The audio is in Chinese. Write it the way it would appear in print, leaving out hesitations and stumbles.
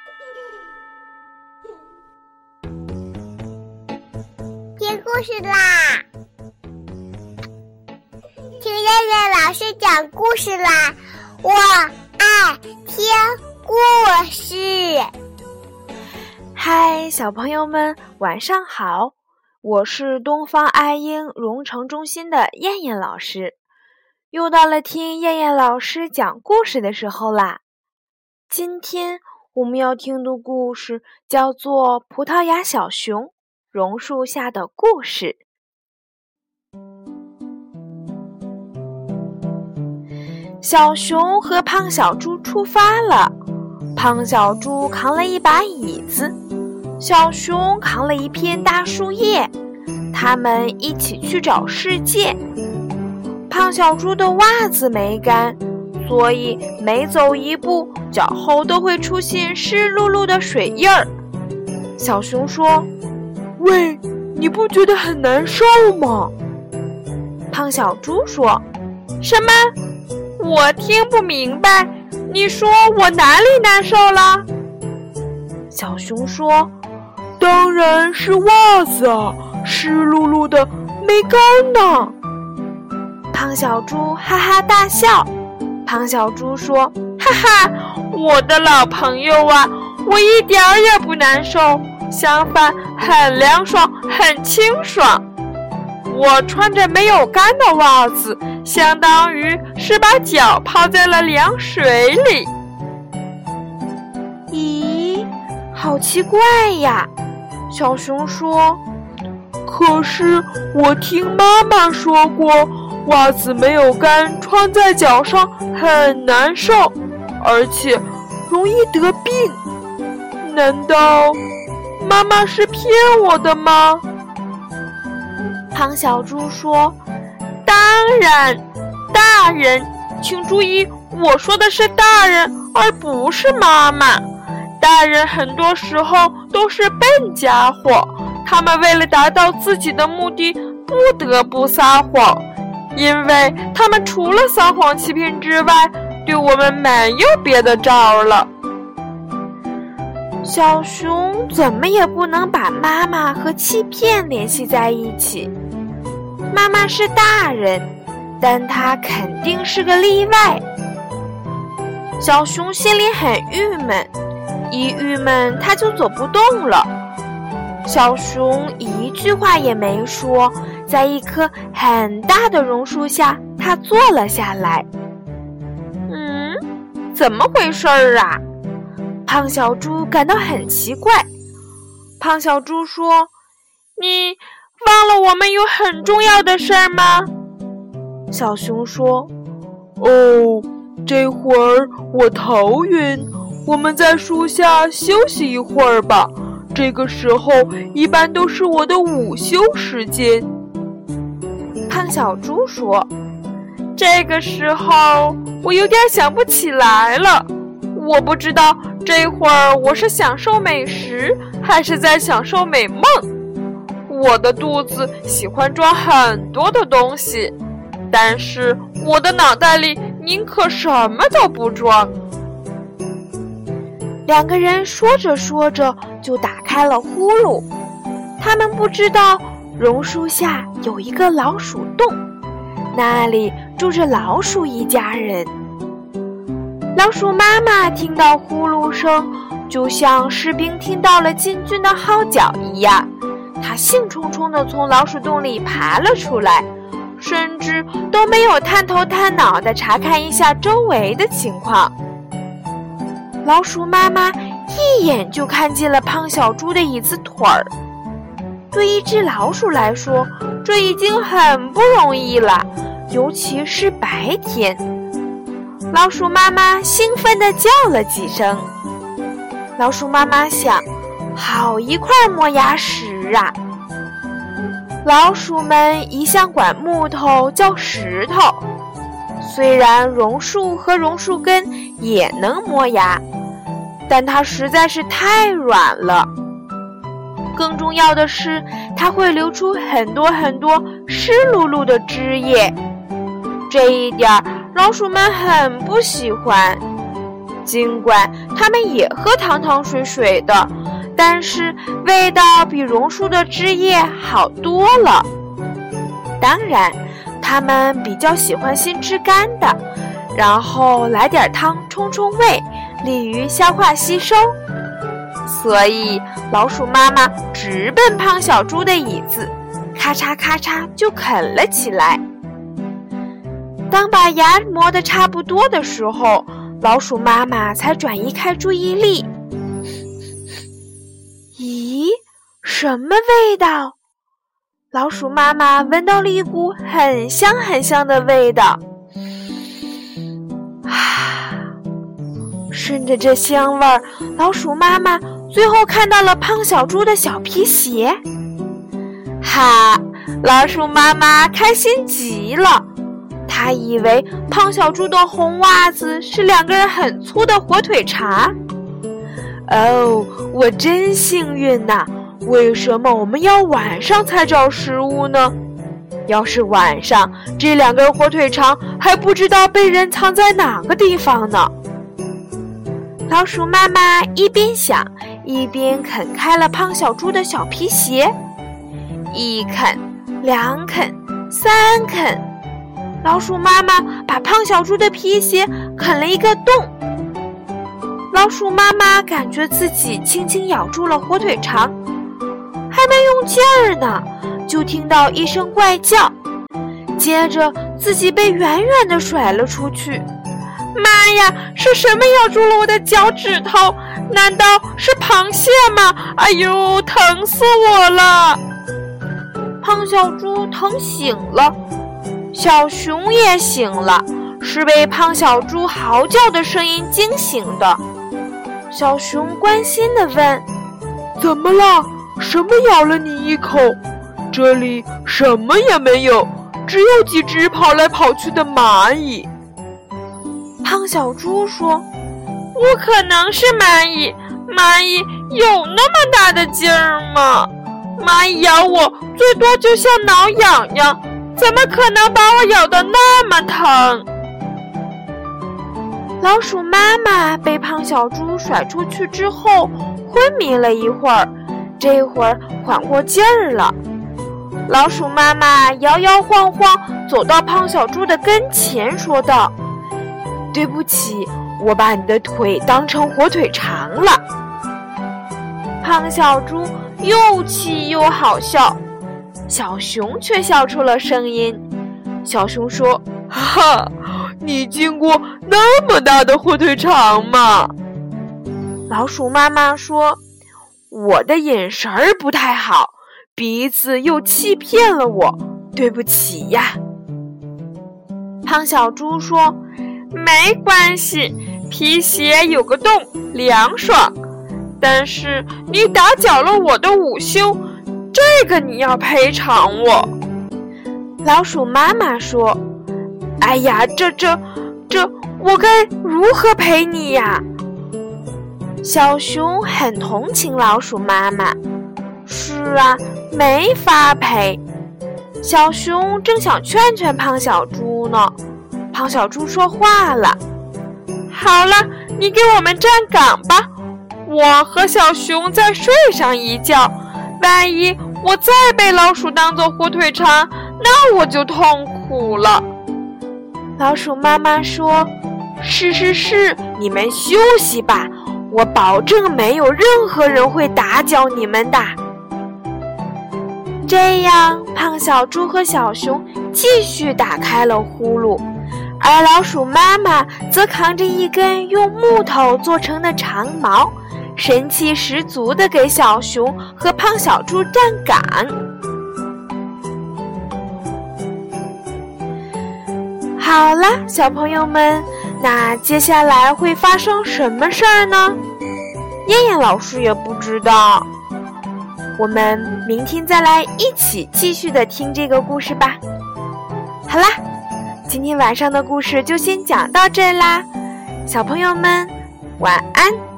听故事啦！听燕燕老师讲故事啦！我爱听故事。 嗨，小朋友们，晚上好！我是东方爱婴蓉城中心的燕燕老师，又到了听燕燕老师讲故事的时候啦。今天我们要听的故事叫做《葡萄牙小熊榕树下的故事》。小熊和胖小猪出发了，胖小猪扛了一把椅子，小熊扛了一片大树叶，他们一起去找世界。胖小猪的袜子没干，所以每走一步，脚后都会出现湿漉漉的水印儿。小熊说：“喂，你不觉得很难受吗？”胖小猪说：“什么？我听不明白，你说我哪里难受了？”小熊说：“当然是袜子啊，湿漉漉的，没干呢。”胖小猪哈哈大笑。胖小猪说：“哈哈，我的老朋友啊，我一点儿也不难受，相反很凉爽，很清爽。我穿着没有干的袜子，相当于是把脚泡在了凉水里。”咦，好奇怪呀！小熊说：“可是我听妈妈说过，袜子没有干，穿在脚上很难受，而且容易得病。难道妈妈是骗我的吗？”胖小猪说：“当然，大人，请注意，我说的是大人，而不是妈妈。大人很多时候都是笨家伙，他们为了达到自己的目的，不得不撒谎，因为他们除了撒谎欺骗之外，对我们没有别的招了。”小熊怎么也不能把妈妈和欺骗联系在一起。妈妈是大人，但她肯定是个例外。小熊心里很郁闷，一郁闷他就走不动了。小熊一句话也没说，在一棵很大的榕树下，他坐了下来。怎么回事儿啊？胖小猪感到很奇怪。胖小猪说：“你忘了我们有很重要的事儿吗？”小熊说：“哦，这会儿我头晕，我们在树下休息一会儿吧。这个时候一般都是我的午休时间。”胖小猪说：“这个时候我有点想不起来了，我不知道这会儿我是享受美食还是在享受美梦。我的肚子喜欢装很多的东西，但是我的脑袋里宁可什么都不装。”两个人说着说着就打开了呼噜。他们不知道榕树下有一个老鼠洞，那里住着老鼠一家人。老鼠妈妈听到呼噜声，就像士兵听到了进军的号角一样，她兴冲冲地从老鼠洞里爬了出来，甚至都没有探头探脑地查看一下周围的情况。老鼠妈妈一眼就看见了胖小猪的椅子腿儿。对一只老鼠来说，这已经很不容易了，尤其是白天。老鼠妈妈兴奋地叫了几声。老鼠妈妈想，好一块磨牙石啊！老鼠们一向管木头叫石头，虽然榕树和榕树根也能磨牙，但它实在是太软了。更重要的是，它会流出很多很多湿漉漉的汁液，这一点老鼠们很不喜欢。 尽管它们也喝汤汤水水的，但是味道比榕树的汁液好多了。当然，它们比较喜欢先吃干的，然后来点汤冲冲胃，利于消化吸收。所以老鼠妈妈直奔胖小猪的椅子，咔嚓咔嚓就啃了起来。当把牙磨得差不多的时候，老鼠妈妈才转移开注意力。咦，什么味道？老鼠妈妈闻到了一股很香很香的味道。顺着这香味儿，老鼠妈妈最后看到了胖小猪的小皮鞋。哈，老鼠妈妈开心极了。她以为胖小猪的红袜子是2根很粗的火腿肠。哦，我真幸运呐！为什么我们要晚上才找食物呢？要是晚上，这2根火腿肠还不知道被人藏在哪个地方呢。老鼠妈妈一边想，一边啃开了胖小猪的小皮鞋。1啃2啃3啃，老鼠妈妈把胖小猪的皮鞋啃了一个洞。老鼠妈妈感觉自己轻轻咬住了火腿肠，还没用劲儿呢，就听到一声怪叫，接着自己被远远地甩了出去。妈呀，是什么咬住了我的脚趾头？难道是螃蟹吗？哎呦，疼死我了！胖小猪疼醒了，小熊也醒了，是被胖小猪嚎叫的声音惊醒的。小熊关心地问：怎么了？什么咬了你一口？这里什么也没有，只有几只跑来跑去的蚂蚁。胖小猪说：不可能是蚂蚁，蚂蚁有那么大的劲儿吗？蚂蚁咬我最多就像挠痒痒，怎么可能把我咬得那么疼？老鼠妈妈被胖小猪甩出去之后昏迷了一会儿，这会儿缓过劲儿了。老鼠妈妈摇摇晃晃走到胖小猪的跟前说道：对不起，我把你的腿当成火腿肠了。胖小猪又气又好笑，小熊却笑出了声音。小熊说：哈哈，你见过那么大的火腿肠吗？老鼠妈妈说：我的眼神儿不太好，鼻子又欺骗了我，对不起呀。胖小猪说：没关系，皮鞋有个洞，凉爽。但是你打搅了我的午休，这个你要赔偿我。老鼠妈妈说：哎呀，这，我该如何赔你呀？小熊很同情老鼠妈妈。是啊，没法赔。小熊正想劝劝胖小猪呢，胖小猪说话了：好了，你给我们站岗吧，我和小熊再睡上一觉，万一我再被老鼠当作火腿肠，那我就痛苦了。老鼠妈妈说：是，你们休息吧，我保证没有任何人会打搅你们的。这样，胖小猪和小熊继续打开了呼噜，而老鼠妈妈则扛着一根用木头做成的长矛，神气十足地给小熊和胖小猪站岗。好了，小朋友们，那接下来会发生什么事儿呢？燕燕老师也不知道。我们明天再来一起继续的听这个故事吧。好啦，今天晚上的故事就先讲到这啦，小朋友们晚安。